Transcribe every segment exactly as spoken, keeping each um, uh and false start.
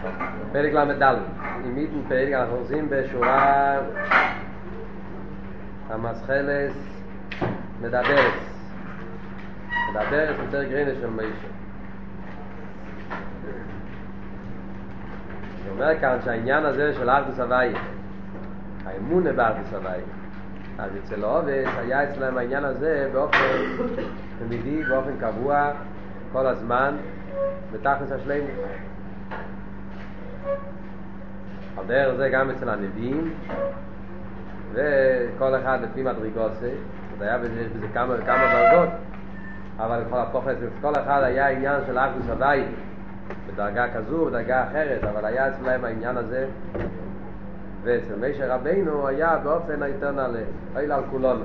פרק למדל, אימיתן פרק, אנחנו עושים בשורה המסחלס מדברת מדברת יותר גרינה של מיישה. אני אומר כאן שהעניין הזה של אחדוס הוויה, האמונה באחדוס הוויה, אז אצל העובד היה אצלם העניין הזה באופן תמידי, באופן קבוע כל הזמן בתכלס השלמות. על דרך זה גם אצל הנביאים, וכל אחד לפי מדרגות זה, היה בזה, יש בזה כמה וכמה דרגות, אבל לכל הפוכת, כל אחד היה עניין של אחדוס הוויה בדרגה כזו, בדרגה אחרת, אבל היה אצלם העניין הזה, ואצל משה רבינו היה באופן היותר נעלה, היל על כולנו.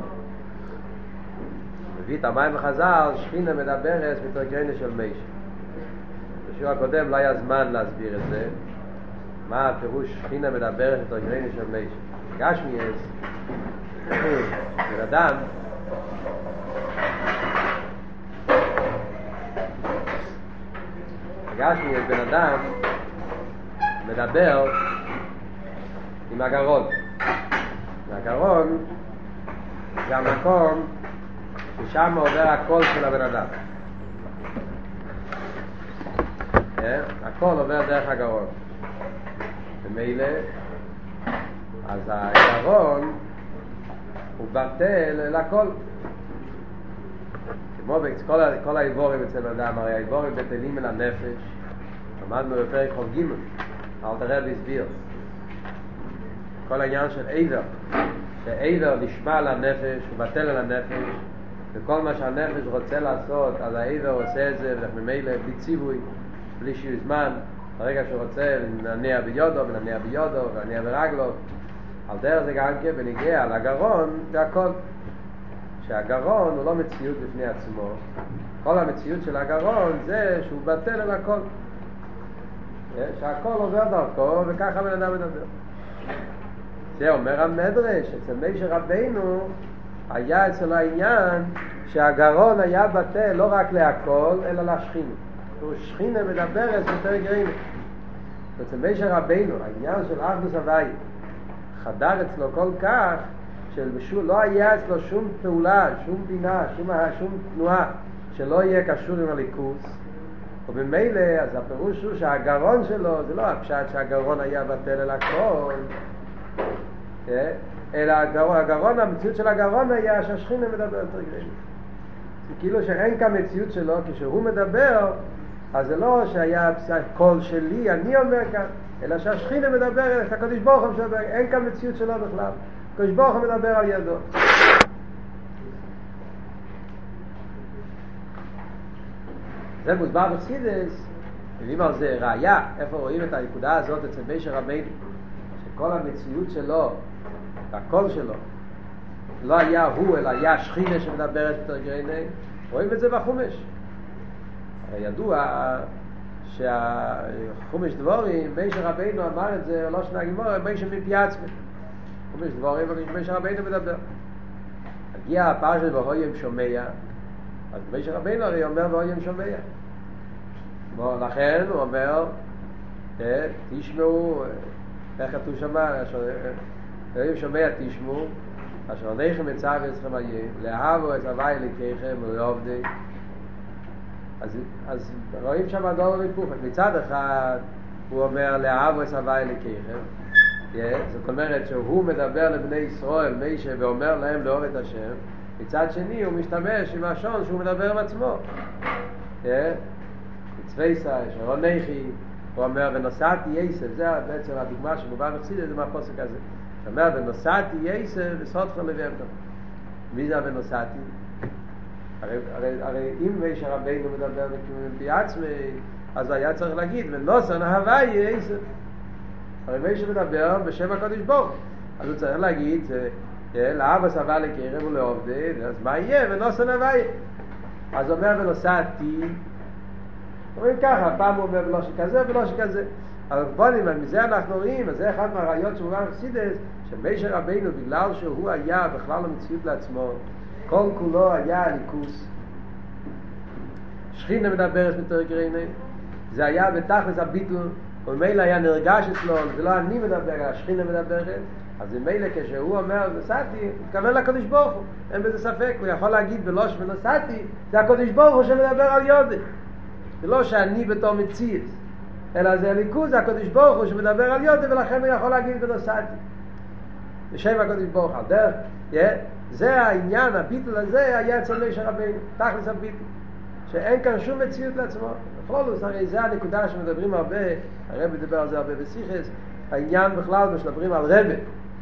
מביא את המים וחז"ל, שכינה מדברת בתור גרינה של משה. בשיעור הקודם לא היה זמן להסביר את זה, מה הפירוש שכינה מדברת בתור גרינה של משה. גשמי יש, בן אדם, גשמי יש בן אדם מדבר עם הגרון. והגרון זה המקום ששם עובר הקול של הבן אדם. הכל עובר דרך הגרון. ומילא, אז הגרון הוא בטל לכל. כמו בכל כל האיבורים אצל אדם, הרי האיבורים בטלים אל הנפש. למדנו בפרק חוב ג' אל תראה והסביר. כל העניין של עבר, שעבר נשמע לנפש, הוא בטל על הנפש, וכל מה שהנפש רוצה לעשות, אז העבר עושה את זה, וממילא בלי ציווי, בלי שיהיה זמן, ברגע שהוא רוצה לנענע ביודו, ולנענע ביודו, ולנענע ברגלו, על דרך זה גם כן בנגיע לגרון, זה הכל. שהגרון הוא לא מציאות בפני עצמו, כל המציאות של הגרון זה שהוא בטל על הכל. שהכל עובר דרכו, וככה בן אדם מדבר. זה אומר המדרש, אצל משה רבינו היה אצל העניין שהגרון היה בטל לא רק להכל, אלא לשכינה. שכינה מדברת יותר גרינה. אצל משה רבינו, העניין של אחדוס הוויה חדר אצלו כל כך, שלא היה אצלו שום פעולה, שום בינה, שום, שום תנועה, שלא יהיה קשור עם הליכוס. ובמילא, אז הפירוש הוא שהגרון שלו, זה לא הפשט שהגרון היה בטל אל הכל, אלא הגרון, הגרון, המציאות של הגרון היה שהשכינה מדבר יותר גרינה. זה כאילו שאין כאן מציאות שלו, כשהוא מדבר, אז זה לא שהיה קול שלי, אני אומר כאן, אלא שהשכינה מדבר, את הקדוש ברוך הוא מדבר, אין כאן מציאות שלו בכלל. הקדוש ברוך הוא מדבר על ידו. זה מוסבר בחסידות, מביאים על זה ראיה, איפה רואים את הנקודה הזאת אצל משה רבינו, שכל המציאות שלו, הקול שלו, לא היה הוא, אלא היה שכינה שמדברת יותר גרינה. רואים את זה בחומש. ידוע שהחומש דבורים, משה רבינו אמר את זה, לא שנה גמור, משה מפי עצמי. חומש דבורים, משה רבינו מדבר. הגיע הפרשת בהוים שומע, אז משה רבינו הרי אומר בהוים שומע. לכן הוא אומר, תשמעו, איך כתוב שמה, בהוים שומע תשמעו, אשר עליכם מצב אצלכם היה, לאהבו את הווי לקחם ולעובדי. אז, אז רואים שם הדור והיפוך. מצד אחד הוא אומר לאהבו את הווי לקחם, זאת אומרת שהוא מדבר לבני ישראל, משה, ואומר להם לאהוב את השם. מצד שני הוא משתמש עם השון שהוא מדבר עם עצמו. מצוויסה, שרונכי, הוא אומר ונוסעתי יסף, זה בעצם הדוגמה שמובא בחסידות, זה מהפוסק הזה. הוא אומר ונוסעתי יסף וסודך לבאמתו. מי זה ונוסעתי? הרי, הרי, הרי אם משה רבינו מדבר מפי עצמי, אז היה צריך להגיד ונוסען ההווי יסף. הרי משה מדבר בשם הקדוש ברוך, אז הוא צריך להגיד לאבא סבא לקרב ולעובדי, אז מה יהיה? ונוסען ההווי. אז הוא אומר ונוסעתי, אומרים ככה, פעם הוא אומר בלושי כזה ובלושי כזה. אבל בונים, מזה אנחנו רואים, אז זה אחד מהראיות שמובן בחסידות, שמשה רבינו, בגלל שהוא היה בכלל המציאות לעצמו, כל כולו היה הליכוס. שכינה מדברת בתור גרינה, זה היה בתכלס הביטול, וממילא היה נרגש אצלו, זה לא אני מדבר, השכינה מדברת, אז ממילא כשהוא אומר נסעתי, מתכוון לקדוש ברוך הוא, אין בזה ספק, הוא יכול להגיד בלוש ונסעתי, זה הקדוש ברוך הוא שמדבר על יודי. זה לא שאני בתור מציץ, אלא זה הליכוז, זה הקדוש ברוך הוא שמדבר על יודי, ולכן הוא יכול להגיד בנסעתי. בשם הקדוש ברוך הוא, דרך, yeah, זה העניין, הביטול הזה היה אצל משה רבינו, תכלס הביטול, שאין כאן שום מציאות לעצמו. בכלולוס, הרי זה הנקודה שמדברים הרבה, הרב מדבר על זה הרבה בשיחס, העניין בכלל שמדברים על רב.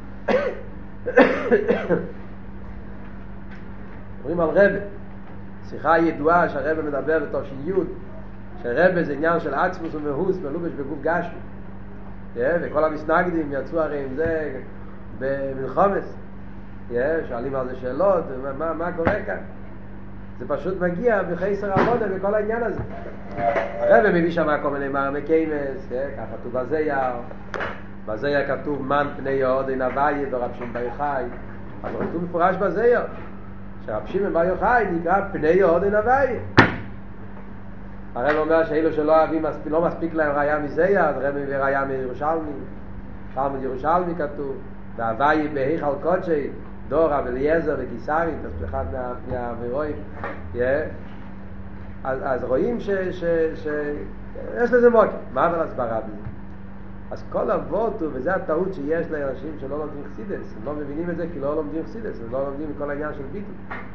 מדברים על רב. שיחה ידועה שהרב מדבר בתור שיוד, שרב זה עניין של עצמוס ומהוס, מלובש בגוף גשמי. Yeah, וכל המסנגדים יצאו הרי עם זה במלחומס. Yeah, שואלים על זה שאלות, מה, מה קורה כאן? זה פשוט מגיע בחסר עבודה בכל העניין הזה. הרב מביא שם כל מיני מרמי קיימס, כך כתוב בזייר, בזייר כתוב מן פני יהוד אין הוויה ברב שמעון בר יוחאי, אז כתוב מפורש בזייר שרב שמעון בר יוחאי נקרא פני יהוד אין הוויה. הרב אומר שאילו שלא אוהבים לא מספיק להם ראיה מזייר, אז הרב מביא ראיה מירושלמי, שם מירושלמי כתוב והוויה בהיכל קודשי דור רב אליעזר וקיסרי, זה אחד מהאמירואים. אז רואים שיש לזה מוקר. מה אבל הסברה בזה? אז כל אבות, וזה הטעות שיש לאנשים שלא לומדים חסידס, הם לא מבינים את זה כי לא לומדים חסידס, הם לא לומדים כל העניין של ביטול.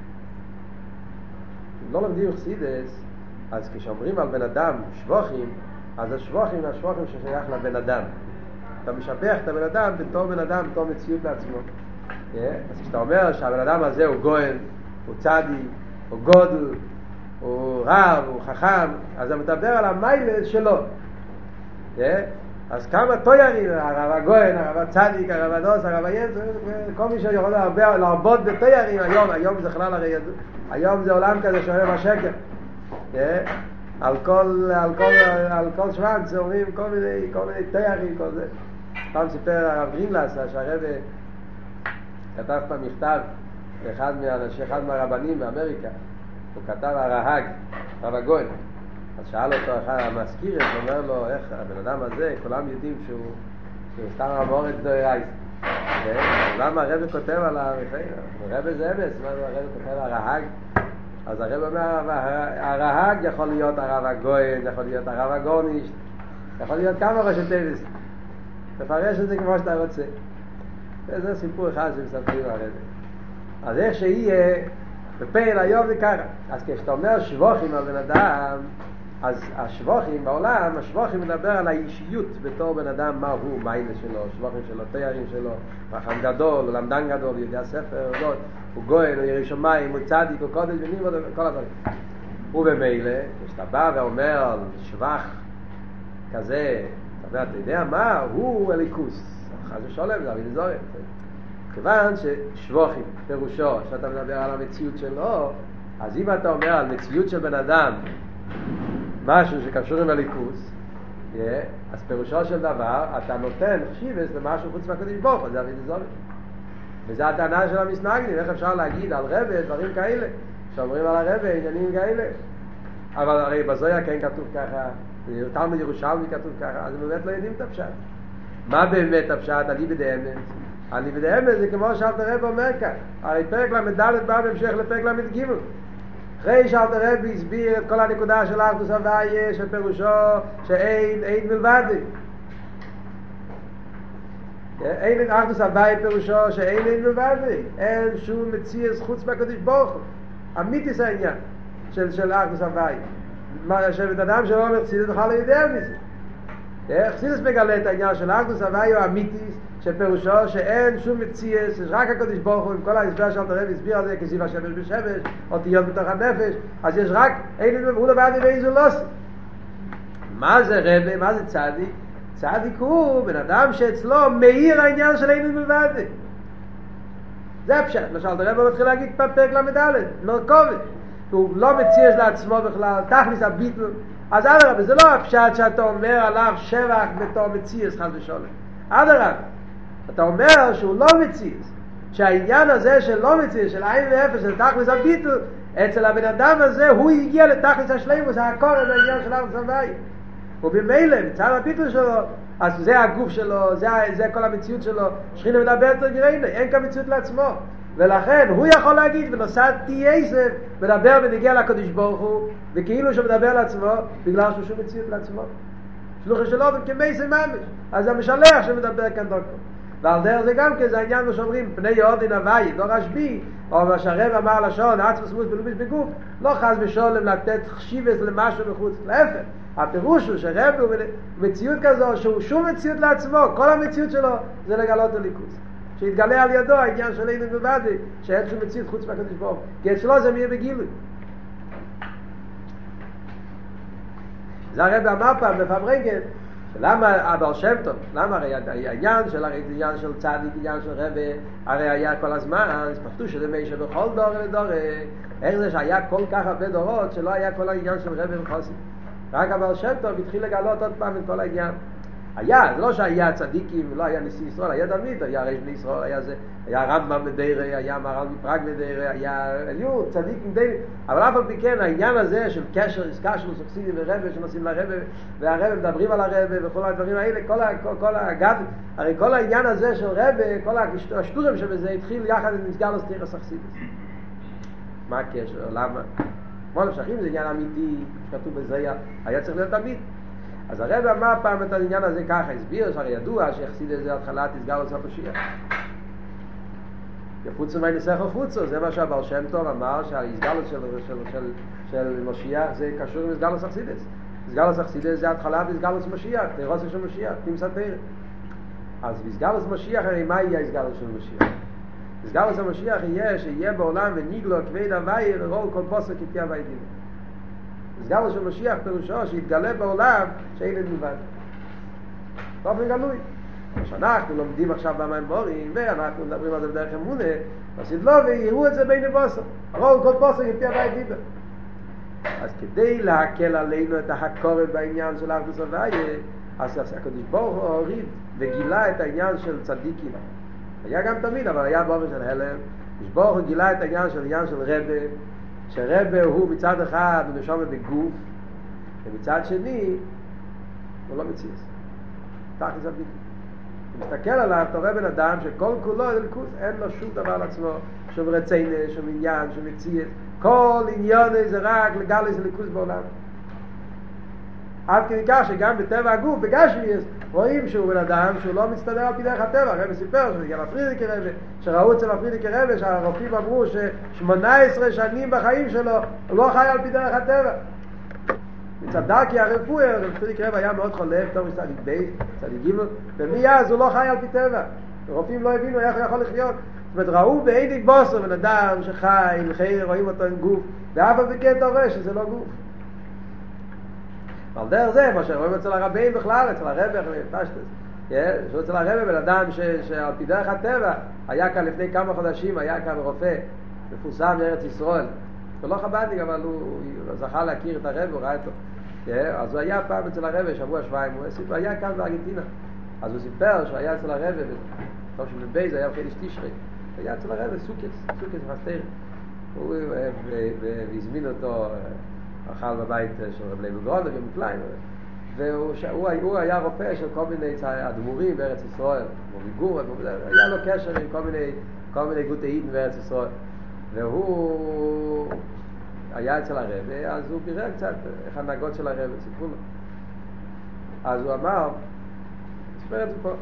אם לא לומדים חסידס, אז כשאומרים על בן אדם שבוחים, אז השבוחים הם השבוחים ששייך לבן אדם. אתה משבח את הבן אדם בתור בן אדם, בתור מציאות לעצמו. Yeah. אז כשאתה אומר שהבן אדם הזה הוא גואל, הוא צדי, הוא גודל, הוא רב, הוא חכם, אז אתה מדבר על המיילה שלו. Yeah. אז כמה תוירים, הרב הגואל, הרב הצדיק, הרב הדוס, הרב היצר, כל מי שיכול להרבות בתוירים היום, היום זה חלל הרי ידוע, היום זה עולם כזה שאוהב השקר. Yeah. על כל, על כל, על כל שוונץ אומרים כל מיני, כל מיני תוירים, כל זה. פעם סיפר הרב גרינגלס, שהרב כתב פעם מכתב לאחד מהאנשים, אחד מהרבנים באמריקה, הוא כתב הרהג, הרב הגויין, אז שאל אותו אחד המזכיר, הוא אומר לו, איך הבן אדם הזה, כולם יודעים שהוא, שהוא סתם אמור את דוירייס. למה הרב כותב על הרב זה אמס, מה הרב כותב על הרהג? אז הרב אומר, הרהג יכול להיות הרב הגויין, יכול להיות הרב הגורניש, יכול להיות כמה ראשי תיבס. תפרש את זה כמו שאתה רוצה. זה סיפור אחד שמספרים הרב. אז איך שיהיה בפעיל היום זה ככה. אז כשאתה אומר שבוחים על בן אדם, אז השבוחים בעולם, השבוחים מדבר על האישיות בתור בן אדם, מה הוא, מה האימא שלו, שבוחים שלו, תיירים שלו, חכם גדול, הוא למדן גדול, יודע ספר, הוא גואל, הוא ירא שמיים, הוא צדיק, הוא קודש, וניבוד, כל הדברים. ובמילא, כשאתה בא ואומר על שבח כזה, אתה יודע, אתה יודע מה? הוא הליכוס. חס ושלום, זה אביד זורת. כיוון ששבוחים, פירושו, שאתה מדבר על המציאות שלו, אז אם אתה אומר על מציאות של בן אדם, משהו שקשור עם הליכוס, אז פירושו של דבר, אתה נותן חשיבס למשהו חוץ מהקדוש ברוך הוא, זה אביד זורת. וזה הטענה של המסנגדים, איך אפשר להגיד על רבי דברים כאלה, שאומרים על הרבי עניינים כאלה. אבל הרי בזויה כן כתוב ככה, תלמוד ירושלמי כתוב ככה, אז הם באמת לא יודעים את הפשט. מה באמת הפשט? אליבא דאמס. אליבא דאמס זה כמו שאלתר רבי אומר כאן. הרי פרק למד' בא בהמשך לפרק למד'. אחרי שאלתר רבי הסביר את כל הנקודה של אחדות הוויה, שפירושו שאין אין מלבד. אין אחדות הוויה פירושו שאין אין מלבד. אין שום מציאות חוץ מהקדוש ברוך הוא. אמיתיס העניין של של אחדות הוויה. מה שבן אדם שלא אומר חסידות בכלל לא יודע מזה. חסידות מגלה את העניין של אחדות הוויה הוא אמיתיס, שפירושו שאין שום מציאות, יש רק הקדוש ברוך הוא, עם כל ההסבר של אלתר רבי הסביר על זה, כזיו השמש בשמש, אותיות בתוך הנפש, אז יש רק, אין הוא לבד ואיזו לוסי. מה זה רבי? מה זה צדיק? צדיק הוא בן אדם שאצלו מאיר העניין של אין מלבד. זה הפשט, מה שאלתר רבי מתחיל להגיד פרק למד' מרכובת. הוא לא מציע לעצמו בכלל, תכניס הביטל. אז אדרבה, זה לא הפשט שאתה אומר עליו שבח בתור מציאס חס ושלום. אדרבה, אתה אומר שהוא לא מציאס, שהעניין הזה של לא מציאס, של עין ואפס, של תכניס הביטל, אצל הבן אדם הזה הוא הגיע לתכניס השלימוס, הקורן העניין של ארץ הוואי. ובמילא, מצד הביטול שלו, אז זה הגוף שלו, זה, זה כל המציאות שלו, שכינה מדברת על גיריינה, אין כאן מציאות לעצמו. ולכן הוא יכול להגיד, ונוסעת תהיה זה, מדבר ונגיע לקדוש ברוך הוא, וכאילו שהוא מדבר לעצמו, בגלל שהוא שום מציאות לעצמו. שלוחה שלו וכמי זה ממש. אז זה משלח שמדבר כאן דוקטור. ועל דרך זה גם כן, זה העניין מה שאומרים, פני יהודין הווי, לא רשבי, או מה שהרב אמר לשון, עצמוס מוס בלוביש בגוף, לא חס ושולם לתת חשיבס למשהו מחוץ, להפך. הפירוש הוא שרב הוא מציאות כזו, שהוא שום מציאות לעצמו, כל המציאות שלו זה לגלות הליכוס. שיתגלה על ידו העניין של אין מבדי, שאין שום מציאות חוץ מהקדוש ברוך הוא. כי אצלו זה מי בגילוי. זה הרב אמר פעם בפברנגן, למה הבעל שם טוב, למה הרי העניין של הרי עניין של צדיק, עניין של רב, הרי היה כל הזמן, אז פחדו שזה מי שבכל דור ודור, איך זה שהיה כל כך הרבה דורות שלא היה כל העניין של רב וחוסי. רק הבעל שם טוב התחיל לגלות עוד פעם את כל העניין. היה, זה לא שהיה צדיקים, לא היה נשיא ישראל, היה דוד, היה רש בני ישראל, היה זה, היה רמב"ם בדיירי, היה מר"ל מפראג בדיירי, היה, היו צדיקים דיירי, אבל אף על פי כן העניין הזה של קשר, עסקה של סוכסידי ורבא, שנוסעים לרבא, והרבא מדברים על הרבא, וכל הדברים האלה, כל, כל, כל הגד, הרי כל העניין הזה של רבא, כל השטורים שבזה התחיל יחד עם נסגר לסתיר הסוכסידי. מה הקשר? למה? כמו לשכים זה עניין אמיתי, שכתוב בזה, היה צריך להיות תמיד. אז הרב אמר פעם את העניין הזה ככה, הסביר שהרי ידוע שיחסיד איזה התחלת הסגר לסוף השיח. יפוצו מי נסחר חוצו, זה מה שהבר שם טוב אמר, שההסגר של, של, של, של משיח זה קשור עם הסגר לסחסידס. הסגר לסחסידס זה התחלת הסגר לסמשיח, תירוסה של משיח, תמסת תירה. אז בסגר לסמשיח הרי מה יהיה הסגר של משיח? הסגר לסמשיח יהיה שיהיה בעולם וניגלו כבד הווי רול כל פוסק איתי הווי דינו. הסגר של משיח פירושו שיתגלה בעולם שאין את מלבד. באופן גלוי. שאנחנו לומדים עכשיו במאמרים, ואנחנו מדברים על זה בדרך אמונה, אז לא ויראו את זה בין הבוסר. הרול כל פוסק איתי הווי דינו. אז כדי להקל עלינו את ההקורת בעניין של אחדות הוויה, אז הקדוש ברוך הוא הוריד וגילה את העניין של צדיקים. היה גם תמיד, אבל היה באופן של הלם. ברוך הוא גילה את העניין של עניין של רבה, שרבה הוא מצד אחד הוא נשום בגוף, ומצד שני הוא לא מציאס. תחת זה ביטוי. הוא מסתכל עליו, אתה רואה בן אדם שכל כולו אלקוס, אין לו שום דבר לעצמו, שום רצינה, שום עניין, שום מציאס. כל עניין זה רק לגל איזה אלקוס בעולם. עד כדי כך שגם בטבע הגוף, בגשמיאס, רואים שהוא בן אדם שהוא לא מצטדר על פי דרך הטבע. הרב סיפר שגם הפרידיקי רבי, שראו אצל הפרידיקי רבי, שהרופאים אמרו ש-שמונה עשרה שנים בחיים שלו הוא לא חי על פי דרך הטבע. מצדקי הרפואי, הפרידיקי רבי היה מאוד חולף, טוב מצדיק בית, צדיק גימל, ומאז הוא לא חי על פי טבע. הרופאים לא הבינו איך הוא יכול לחיות. זאת אומרת, ראו בעיני בוסר בן אדם שחי, וחיר, רואים אותו עם גוף, ואף על פי כן אתה רואה שזה לא גוף. על דרך זה, מה שרואים אצל הרבים בכלל, אצל הרבי, שהוא אצל הרבי בן אדם שעל פי דרך הטבע, היה כאן לפני כמה חודשים, היה כאן רופא, מפורסם מארץ ישראל, הוא לא חב"דניק, אבל הוא זכה להכיר את הרבי, הוא ראה אותו. אז הוא היה פעם אצל הרבי, שבוע שבועיים, הוא היה כאן בארגנטינה. אז הוא סיפר שהוא אצל הרבי, טוב שבבייז היה בחידש תשרי, הוא היה אצל הרבי, סוכס, סוכס מסתיר. הוא הזמין אותו, אכל בבית של רב לייב גרונר ומקליין, והוא היה רופא של כל מיני אדמו"רים בארץ ישראל, כמו מגור, היה לו קשר עם כל מיני, כל מיני גוטאיתים בארץ ישראל, והוא היה אצל הרב, אז הוא בירר קצת איך הנהגות של הרב, סיפרו לו. אז הוא אמר, סיפר את זה פה,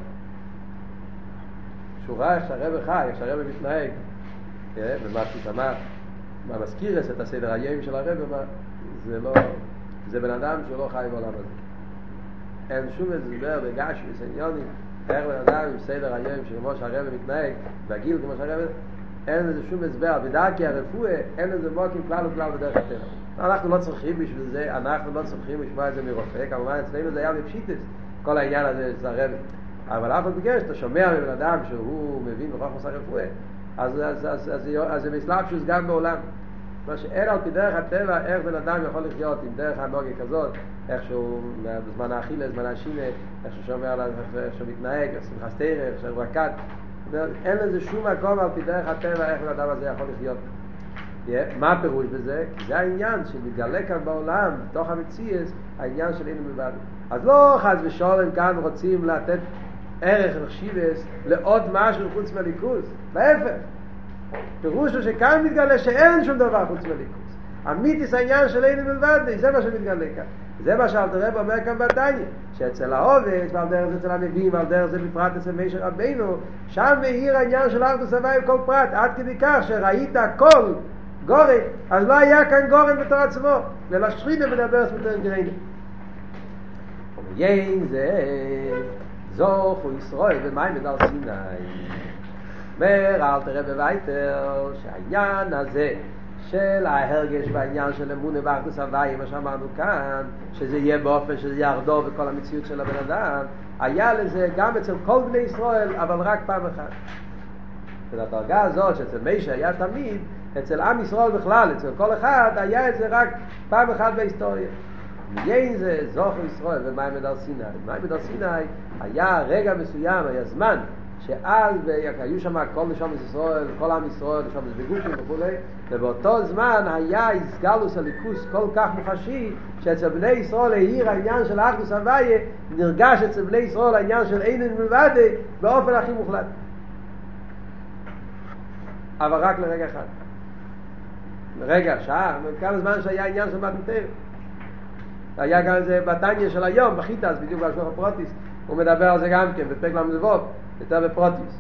שהוא ראה איך שהרב חי, איך שהרב מתנהג, ומה ששמע, מה מזכיר את הסדר היום של הרב, זה לא, זה בן אדם שהוא לא חי בעולם הזה. אין שום הסבר בגש וסניונים, איך בן אדם עם סדר היום של כמו שהרב מתנהג, והגיל כמו שהרב, אין לזה שום הסבר, בדרכי הרפואה, אין לזה מוקים כלל וכלל בדרך הטבע. אנחנו לא צריכים בשביל זה, אנחנו לא צריכים לשמוע את זה מרופא, כמובן אצלנו זה היה בפשיטס, כל העניין הזה של הרב. אבל אף אחד בגש, אתה שומע מבן אדם שהוא מבין בחוכמת הרפואה, אז, אז, אז, אז, אז זה מסלאפ שוס גם בעולם. מה שאין על פי דרך הטבע, איך בן אדם יכול לחיות עם דרך הנוגה כזאת, איך שהוא בזמן האכילה, בזמן השינה, איך שהוא שומע עליו, איך שהוא מתנהג, איך שהוא מחסתר, איך שהוא רקד. אין לזה שום מקום על פי דרך הטבע, איך בן אדם הזה יכול לחיות. מה הפירוש בזה? כי זה העניין שמתגלה כאן בעולם, בתוך המציאות, העניין של אינו מלבד. אז לא חס ושולם כאן רוצים לתת ערך לחשיבס לעוד משהו חוץ מהליכוז, להפך. פירוש הוא שכאן מתגלה שאין שום דבר חוץ מהליכוז. אמיתיס העניין של אין מלבד, זה מה שמתגלה כאן. זה מה שאלתר רב אומר כאן בתניא, שאצל העובד, ועל דרך זה אצל הנביאים, ועל דרך זה בפרט אצל משה רבינו, שם מאיר העניין של אחדות הוויה עם כל פרט, עד כדי כך שראית הכל גורן, אז לא היה כאן גורן בתור עצמו, אלא שכינה מדבר סמטר גרעין. ויין זה זוכו ישראל במיימד הר סיני. אומר אלתר רב וייטר שהעניין הזה של ההרגש והעניין של אמונה באחדות הוויה, מה שאמרנו כאן, שזה יהיה באופן שזה ירדור בכל המציאות של הבן אדם, היה לזה גם אצל כל בני ישראל, אבל רק פעם אחת. ולדרגה הזאת שאצל משה היה תמיד, אצל עם ישראל בכלל, אצל כל אחד, היה את זה רק פעם אחת בהיסטוריה. מיין זה זוכר ישראל במיימד הר סיני. במיימד הר סיני היה רגע מסוים, היה זמן, שאז היו שם כל נשמת ישראל, כל עם ישראל, נשמת בגופים וכו', ובאותו זמן היה הסגלוס הליכוס כל כך מוחשי, שאצל בני ישראל העיר העניין של אחדות הוויה, נרגש אצל בני ישראל העניין של אין מלבד באופן הכי מוחלט. אבל רק לרגע אחד. לרגע, שעה, כמה זמן שהיה עניין של מתנתר. היה גם זה בתניא של היום, בחיטס, בדיוק בהשלוח הפרוטיס, הוא מדבר על זה גם כן, בפרק למדבוב, יותר בפרוטיס.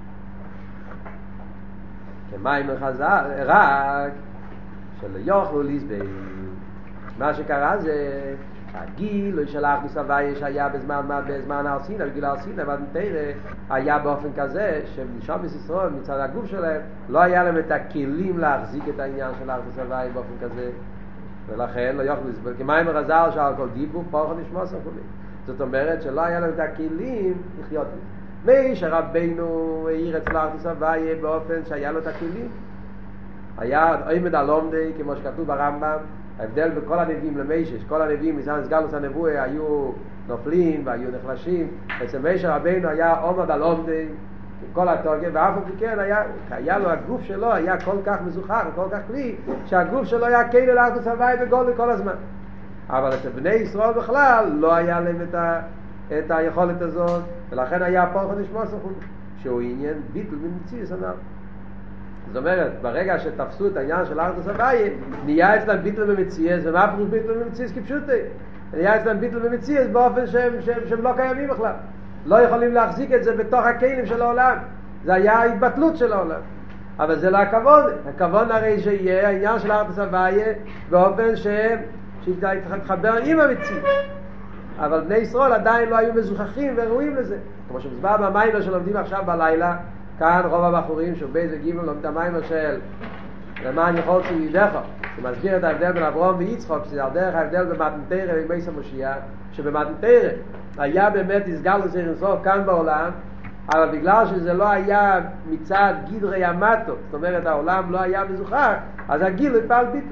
כמים חז"ל, רק שלא יוכלו להסביר. מה שקרה זה הגילוי של אחדות הוויה שהיה בזמן, בזמן הר סיני, בגיל הר סיני, מתנתר, היה באופן כזה שנשמת ישראל מצד הגוף שלהם לא היה להם את הכלים להחזיק את העניין של אחדות הוויה באופן כזה, ולכן לא יוכלו להסביר. כמים חז"ל שעל כל דיבור פרחה נשמוס וכו'. זאת אומרת שלא היה להם את הכלים לחיות לזה. משה רבינו העיר אצל אחדות הוויה באופן שהיה לו את הכלים. היה עומד על עומדי, כמו שכתוב ברמב"ם, ההבדל בכל הנביאים למשה, כל הנביאים מזמן סגלוס הנבואה היו נופלים והיו נחלשים. אצל משה רבינו היה עומד על עומדי, כל התוקף, ואף על פי כן היה, היה לו הגוף שלו היה כל כך מזוכח וכל כך כלי, שהגוף שלו היה כלי לאחדות הוויה בגודל כל הזמן. אבל אצל בני ישראל בכלל לא היה להם את, ה, את היכולת הזאת, ולכן היה פרחה נשמוס וכו', שהוא עניין ביטל ומציאות הנ"ל. זאת אומרת, ברגע שתפסו את העניין של אחדות הוויה, נהיה אצלם ביטל ומציאות, ומה פירוש ביטל ומציאות כפשוטי? נהיה אצלם ביטל ומציאות באופן שהם, שהם, שהם לא קיימים בכלל. לא יכולים להחזיק את זה בתוך הכלים של העולם. זה היה ההתבטלות של העולם. אבל זה לא הכוון. הכוון הרי שיהיה העניין של אחדות הוויה באופן שהם שיתחבר עם המציאות. אבל בני ישראל עדיין לא היו מזוכחים וראויים לזה. כמו שמסבר במיימר שלומדים עכשיו בלילה, כאן רוב הבחורים שבאיזה גימל לומדים את המיימר של למען יכול צבידך, שמסביר את ההבדל בין אברהם ויצחק, שזה על דרך ההבדל במתנתר ובמייס המשיח, שבמתנתר היה באמת הסגלוס אינסוף כאן בעולם, אבל בגלל שזה לא היה מצד גדרי המטו, זאת אומרת העולם לא היה מזוכח, אז הגילוי פעל ביטול.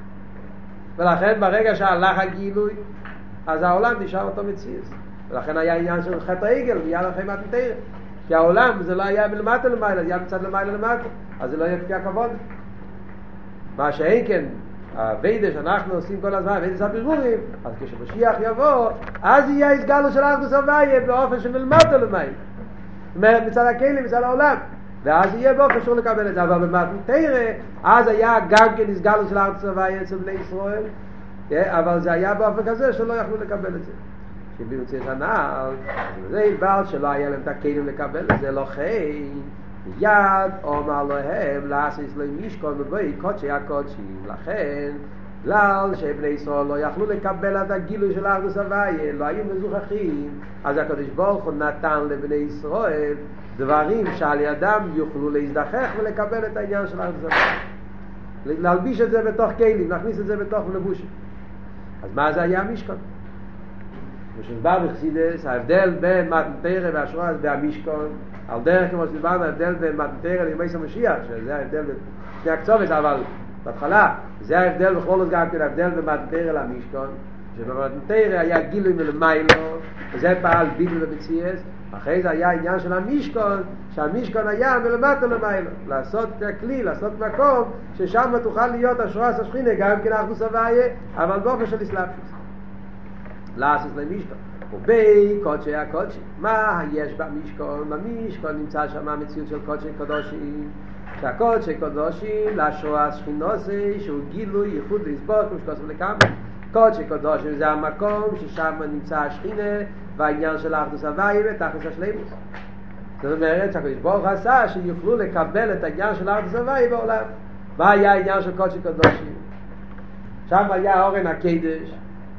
ולכן ברגע שהלך הגילוי, אז העולם נשאר אותו מציאות. ולכן היה עניין של חטא העגל, מיד אחרי מתנתר. כי העולם זה לא היה מלמטה למעלה, זה היה מצד למעלה למטה, אז זה לא יהיה כפי הכבוד. מה שאין כן, הווידה שאנחנו עושים כל הזמן, הווידה של הבירורים, אז כשמשיח יבוא, אז יהיה הסגלוס של אחדות הוויה באופן שמלמטה למעלה. זאת אומרת, מצד הכלים, מצד העולם. ואז יהיה באופן שור לקבל את זה. אבל במתנתר, אז היה גם כן הסגלוס של אחדות הוויה אצל בני ישראל, אבל זה היה באופן כזה שלא יכלו לקבל את זה. שבינו צריך הנעל, זה ידבר שלא היה להם את הכלים לקבל את זה, לא חי. יד אומר להם לעשיס להם משכון בבואי קודשי הקודשים. לכן בגלל שבני ישראל לא יכלו לקבל את הגילוי של אחדות הוויה, לא היו מזוכחים, אז הקדוש ברוך הוא נתן לבני ישראל דברים שעל ידם יוכלו להזדחך ולקבל את העניין של אחדות הוויה, להלביש את זה בתוך כלים, להכניס את זה בתוך לבושים. אז מה זה היה המשכון? ושנדבר בחסידס, ההבדל בין מתנתר והשורש והמשכון, על דרך כמו שדיברנו, ההבדל בין מתנתר למייס המשיח, שזה ההבדל בשני הקצובת, אבל בהתחלה, זה ההבדל בכל זאת גם כן, ההבדל בין מתנתר למשכון, שבמתנתר היה גילוי מלמיילו, וזה פעל ביטול ומציאות. אחרי זה היה העניין של המשכון, שהמשכון היה מלמטה למיילו, לעשות כלי, לעשות מקום, ששם תוכל להיות השורש השכינה, גם כן אחדות הוויה, אבל באופן של אסלאפשוס. לעשות למשכון. ובי קודשי הקודשי, מה יש במשכון? במשכון נמצא שם המציאות של קודשי קודשים, שהקודשי קודשים לשרועס שכינוסי שהוא גילוי ייחוד להסבורת ומשקוסם לקבל. קודשי קודשים זה המקום ששם נמצא השכינה והעניין של האחדוס הוויה ותכלס השלימות. זאת אומרת שהקדוש ברוך עשה שיוכלו לקבל את העניין של האחדוס הוויה בעולם. מה היה העניין של קודשי קודשים? שם היה אורן הקדש,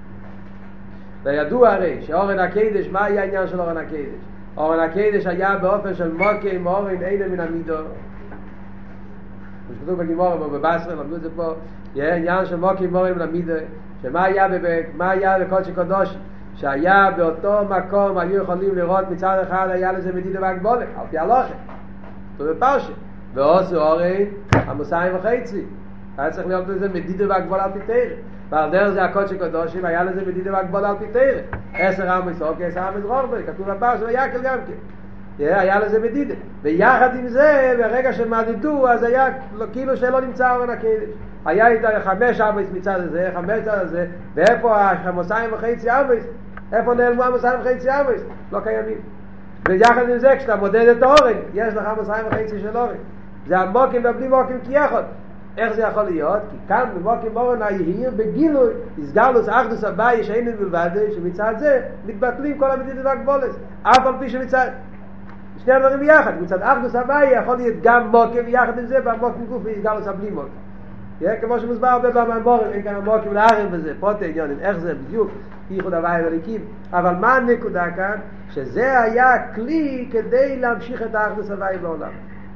וידוע הרי שאורן הקדש, מה היה העניין של אורן הקדש? אורן הקדש היה באופן של מוקים אורן אינה מן המידו. שכתוב בגימורה ובבסרה, למדו את זה פה, יהיה עניין של מוקים אורן מן המידו, שמה היה, מה היה בקודשי קודשים? שהיה באותו מקום היו יכולים לראות מצד אחד היה לזה מדידה והגבולת, על פי הלוחם, כתוב בפרשה, ועושו אורן המוסיים וחצי, היה צריך להיות לזה מדידה והגבולת על פי תרא. ועל דרך זה הקודשי קודשים היה לזה מדידה והגבולה על פי תרא. עשר עמוס אוקיי, עשר עמוס רוחבי, כתוב בפרשה ויקל גם כן. היה לזה מדידה. ויחד עם זה, ברגע שמדידו, אז היה כאילו שלא נמצא אורן הקדש. היה איתה חמש עמוס מצד הזה, חמש מצד הזה, ואיפה המוסיים וחצי עמוס? איפה נעלמו המוסיים וחצי עמוס? לא קיימים. ויחד עם זה, כשאתה מודד את האורן, יש לך מוסיים וחצי של אורן. זה המוקים ובלי מוקים כיחד. איך זה יכול להיות? כי כאן במוקים אורן היהיר בגילוי הסגלוס אחדוס הוויה שאין בלבד, שמצד זה מתבטלים כל המדידות והגבולת, אף על פי שמצד שני הדברים ביחד, מצד אחדוס הוויה יכול להיות גם מוקים ויחד עם זה במוקים גוף והסגלוס הבלי מוקים, כמו שמוסבר הרבה במאמרים, אין כאן מוקים להערב בזה, פרוטי עניונים, איך זה בדיוק ייחוד הוויה וליקים. אבל מה הנקודה כאן? שזה היה כלי כדי להמשיך את האחדוס הוויה בעולם.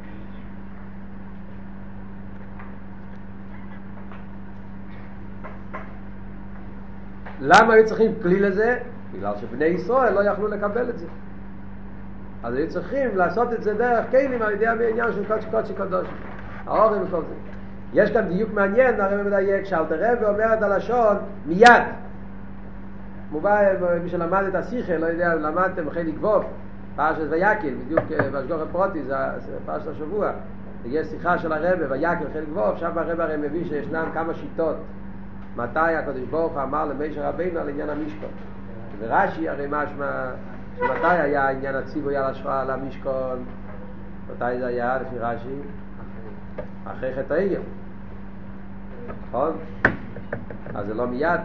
למה היו צריכים כלי לזה? בגלל שבני ישראל לא יכלו לקבל את זה. אז היו צריכים לעשות את זה דרך כלים על ידי העניין של קודשי קודשי קודשים. האורים וכל זה. יש כאן דיוק מעניין, הרב מדייק, שאלתר רבי אומר את הלשון מיד. מובא, מי שלמד את השיחה, לא יודע, למדתם חלק ווב, פרשת ויקל, בדיוק בהשגוח הפרוטי, זה פרשת השבוע. יש שיחה של הרבי ויקל חלק ווב, שם הרבי הרי מביא שישנם כמה שיטות. מתי הקדוש ברוך הוא אמר למשה רבינו על עניין המשכון. ורש"י הרי משמע שמתי היה עניין הציווי על השפעה על המשכון, מתי זה היה לפי רש"י? אחרי חטא העגל, נכון? אז זה לא מיד.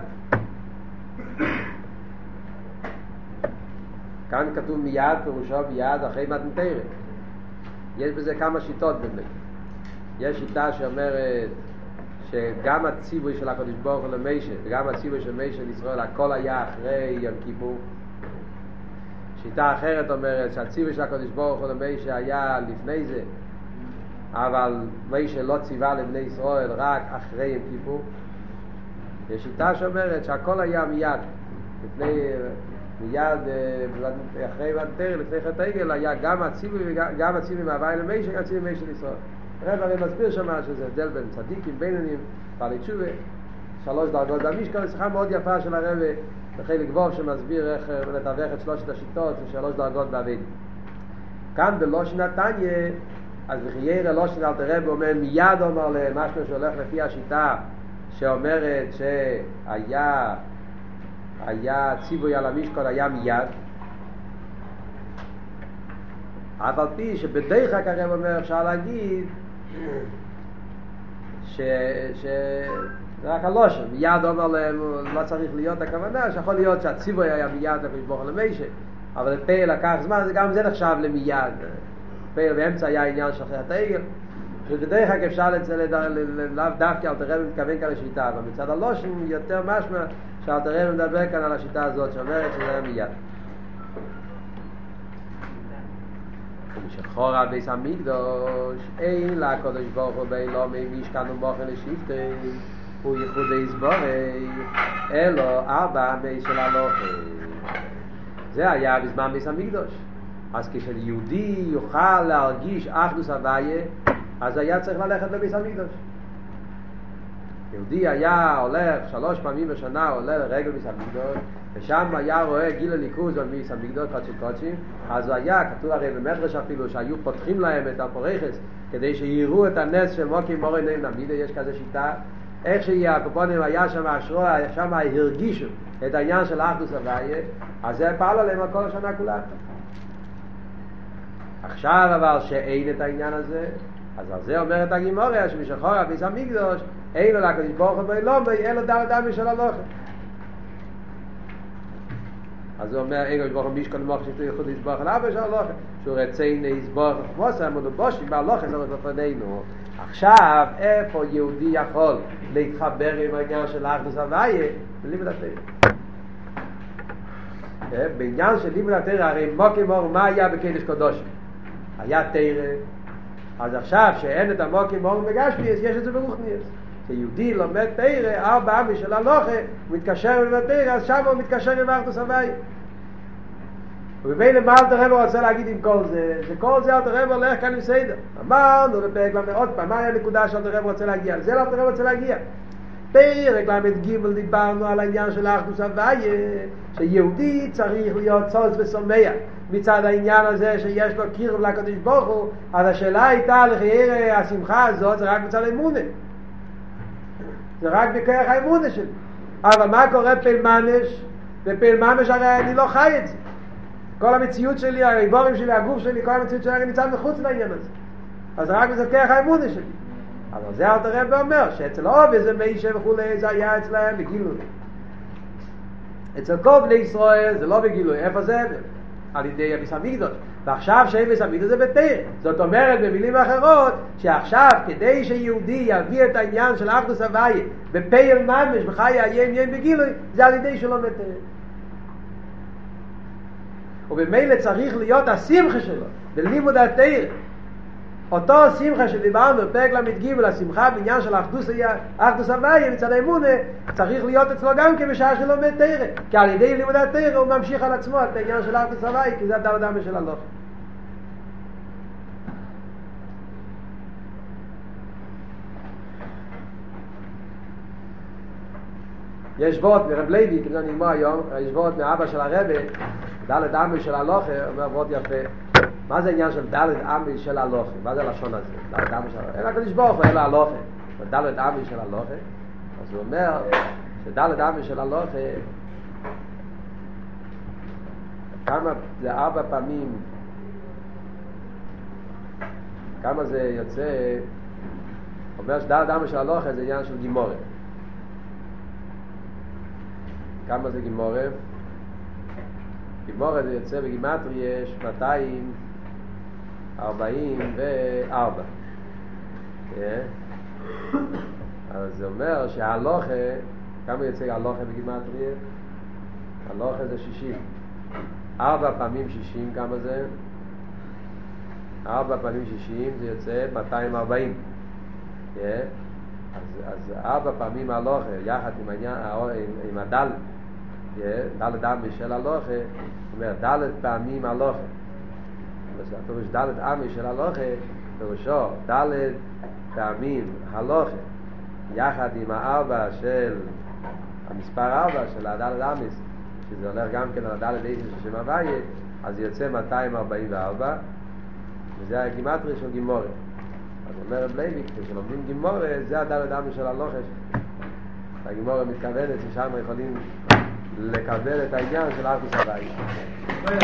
כאן כתוב מיד, פירושו מיד אחרי מתן תורה. יש בזה כמה שיטות באמת. יש שיטה שאומרת שגם הציווי של הקדוש ברוך הוא למשה וגם הציווי של משה לישראל הכל היה אחרי יום כיפור. שיטה אחרת אומרת שהציווי של הקדוש ברוך הוא למשה היה לפני זה, אבל משה לא ציווה לבני ישראל רק אחרי יום כיפור. יש שיטה שאומרת שהכל היה מיד, לפני, מיד אחרי מתן, לפני חטא העגל היה גם הציווי גם הציווי מההוויה למשה גם הציווי משה לישראל. הרב הרי מסביר שמה שזה הבדל בין צדיקים, בינונים, בעלי תשובה, שלוש דרגות במשכן. שיחה מאוד יפה של הרב בחלק ווב שמסביר איך לתווך את שלושת השיטות ושלוש דרגות בעביד. כאן בלושן התניא, אז בחייר הלושן אלתר רבי אומר מיד, אומר למשהו שהולך לפי השיטה שאומרת שהיה היה ציווי על המשכן היה מיד, אף על פי שבדרך כלל הרב אומר אפשר להגיד ש... ש... זה רק הלושן, מיד אומר להם, לא צריך להיות הכוונה, שיכול להיות שהציווי היה מיד לקדוש ברוך הוא למשה, אבל פייל לקח זמן, גם זה נחשב למיד. פייל באמצע היה עניין של חטא העגל, שבדרך כלל אפשר לאו דווקא אלתר רבי מתכוון כאן לשיטה, אבל מצד הלושן יותר משמע שאלתר רבי מדבר כאן על השיטה הזאת שאומרת שזה היה מיד. שחורה ביס המקדוש אין לקדוש ברוך הוא בעילומי משכן ומוכן לשבטי הוא ייחודי יסבורי אלו ארבע ביס של הלוכי. זה היה בזמן ביס המקדוש. אז כשיהודי יוכל להרגיש אחדוס הוויה, אז היה צריך ללכת לביס המקדוש. יהודי היה הולך שלוש פעמים בשנה, עולה לרגל ביס המקדוש, ושם היה רואה גיל הליכוז בביס המקדוש קודשי קודשים. אז היה כתוב הרי במדרש אפילו שהיו פותחים להם את הפורחס כדי שיראו את הנס של מוקים אורן מן המידה. יש כזה שיטה איך שהקופונים היה שם השרוע, שם הרגישו את העניין של האחדוס הוויה, אז זה פעל עליהם על כל השנה כולה. עכשיו אבל שאין את העניין הזה, אז על זה אומרת הגימוריה שמשחור הביס המקדוש אין לו לקדוש ברוך הוא ואילום ואין לו דל דם של הלוכה. אז הוא אומר אין לו ברוך הוא מישכון מוח שתו ייחוד לסבוח על אבא של הלוכה שהוא רציני לסבוח מוסר מונובושים בהלוכה זה לפנינו. עכשיו איפה יהודי יכול להתחבר עם העניין של האחדוס הוויה? בלימוד התורה. בעניין של לימוד התורה הרי מוקים אור מה היה בקדש קודשים? היה תורה. אז עכשיו שאין את המוקים אור בגשמיאס יש את זה ברוחניאס. שיהודי לומד תורה ארבע עמי של הלוכה הוא מתקשר עם התורה אז שם הוא מתקשר עם האחדוס הוויה. ובבין מה אלתר רבי רוצה להגיד עם כל זה? שכל זה אלתר רבי הולך כאן עם סדר. אמרנו בפרק למד עוד פעם, מה היה הנקודה שאלתר רבי רוצה להגיע? זה אלתר רבי רוצה להגיע. פרק למד ג' דיברנו על העניין של האחדוס הוויה, שיהודי צריך להיות צוץ ושמח. מצד העניין הזה שיש לו קירוב לקדוש ברוך הוא, אז השאלה הייתה לחייר השמחה הזאת, זה רק מצד האמונה. זה רק בכוח האמונה שלי. אבל מה קורה פעיל ממש? בפעיל ממש הרי אני לא חי את זה. כל המציאות שלי, הריבורים שלי, הגוף שלי, כל המציאות שלי הרי נמצא מחוץ לעניין הזה. אז רק מצד כוח האמונה שלי. אבל זה אלתר רבי אומר, שאצל אוהב איזה מישה וכולי, זה היה אצלהם בגילוי. אצל כל בני ישראל זה לא בגילוי, איפה זה? על ידי הביס המקדוש. ועכשיו שהביס המקדוש זה בתורה. זאת אומרת במילים אחרות שעכשיו כדי שיהודי יביא את העניין של אחדוס הוויה בפעיל ממש בחיי היום יום בגילוי זה על ידי שלא בתורה. ובמילא צריך להיות השמחה שלו בלימוד התורה. אותו שמחה שדיברנו בפרק למד ג' השמחה בעניין של אחדוס הוויה מצד האמונה צריך להיות אצלו גם כבשעה שלו בתורה, כי על ידי לימוד התורה הוא ממשיך על עצמו את העניין של אחדוס הוויה, כי זה הדל דם של הלוכה. יש וורט מרב לוי, כדי נגמר היום, יש וורט מאבא של הרבי, דל דם של הלוכה, אומר וורט יפה. מה זה העניין של דלת עמי של הלוכה? מה זה הלשון הזה? דלת עמי של הלוכה. אין הקדוש ברוך הוא, אין לה הלוכה. דלת עמי של הלוכה. אז הוא אומר שדלת עמי של הלוכה כמה, זה ארבע פעמים כמה זה יוצא אומר שדלת עמי של הלוכה זה עניין של גימורה. כמה זה גימורה? גימורה זה יוצא בגימטריה יש מאתיים ארבעים וארבע. אז זה אומר שההלוכה, כמה יוצא ההלוכה בגימטריה? ההלוכה זה שישים. ארבע פעמים שישים, כמה זה? ארבע פעמים שישים זה יוצא מאתיים וארבעים. אז, אז ארבע פעמים ההלוכה, יחד עם, העניין, עם הדל, דלת עמי של הלוכה, אומר דלת פעמים הלוכה. פירוש דלת עמי של הלוכה, פירושו דלת פעמים הלוכה, יחד עם הארבע של, המספר ארבע של הדלת עמיס, שזה הולך גם כן על הדלת עשר של שם הוויה, אז יוצא מאתיים ארבעים וארבע, וזה הגימטריה של גימורה. אז אומר רב לוי, כשלומדים גימורה, זה הדלת עמי של הלוכה. הגימורה מתכוונת ששם יכולים לקבל את העניין של אחדוס הוויה.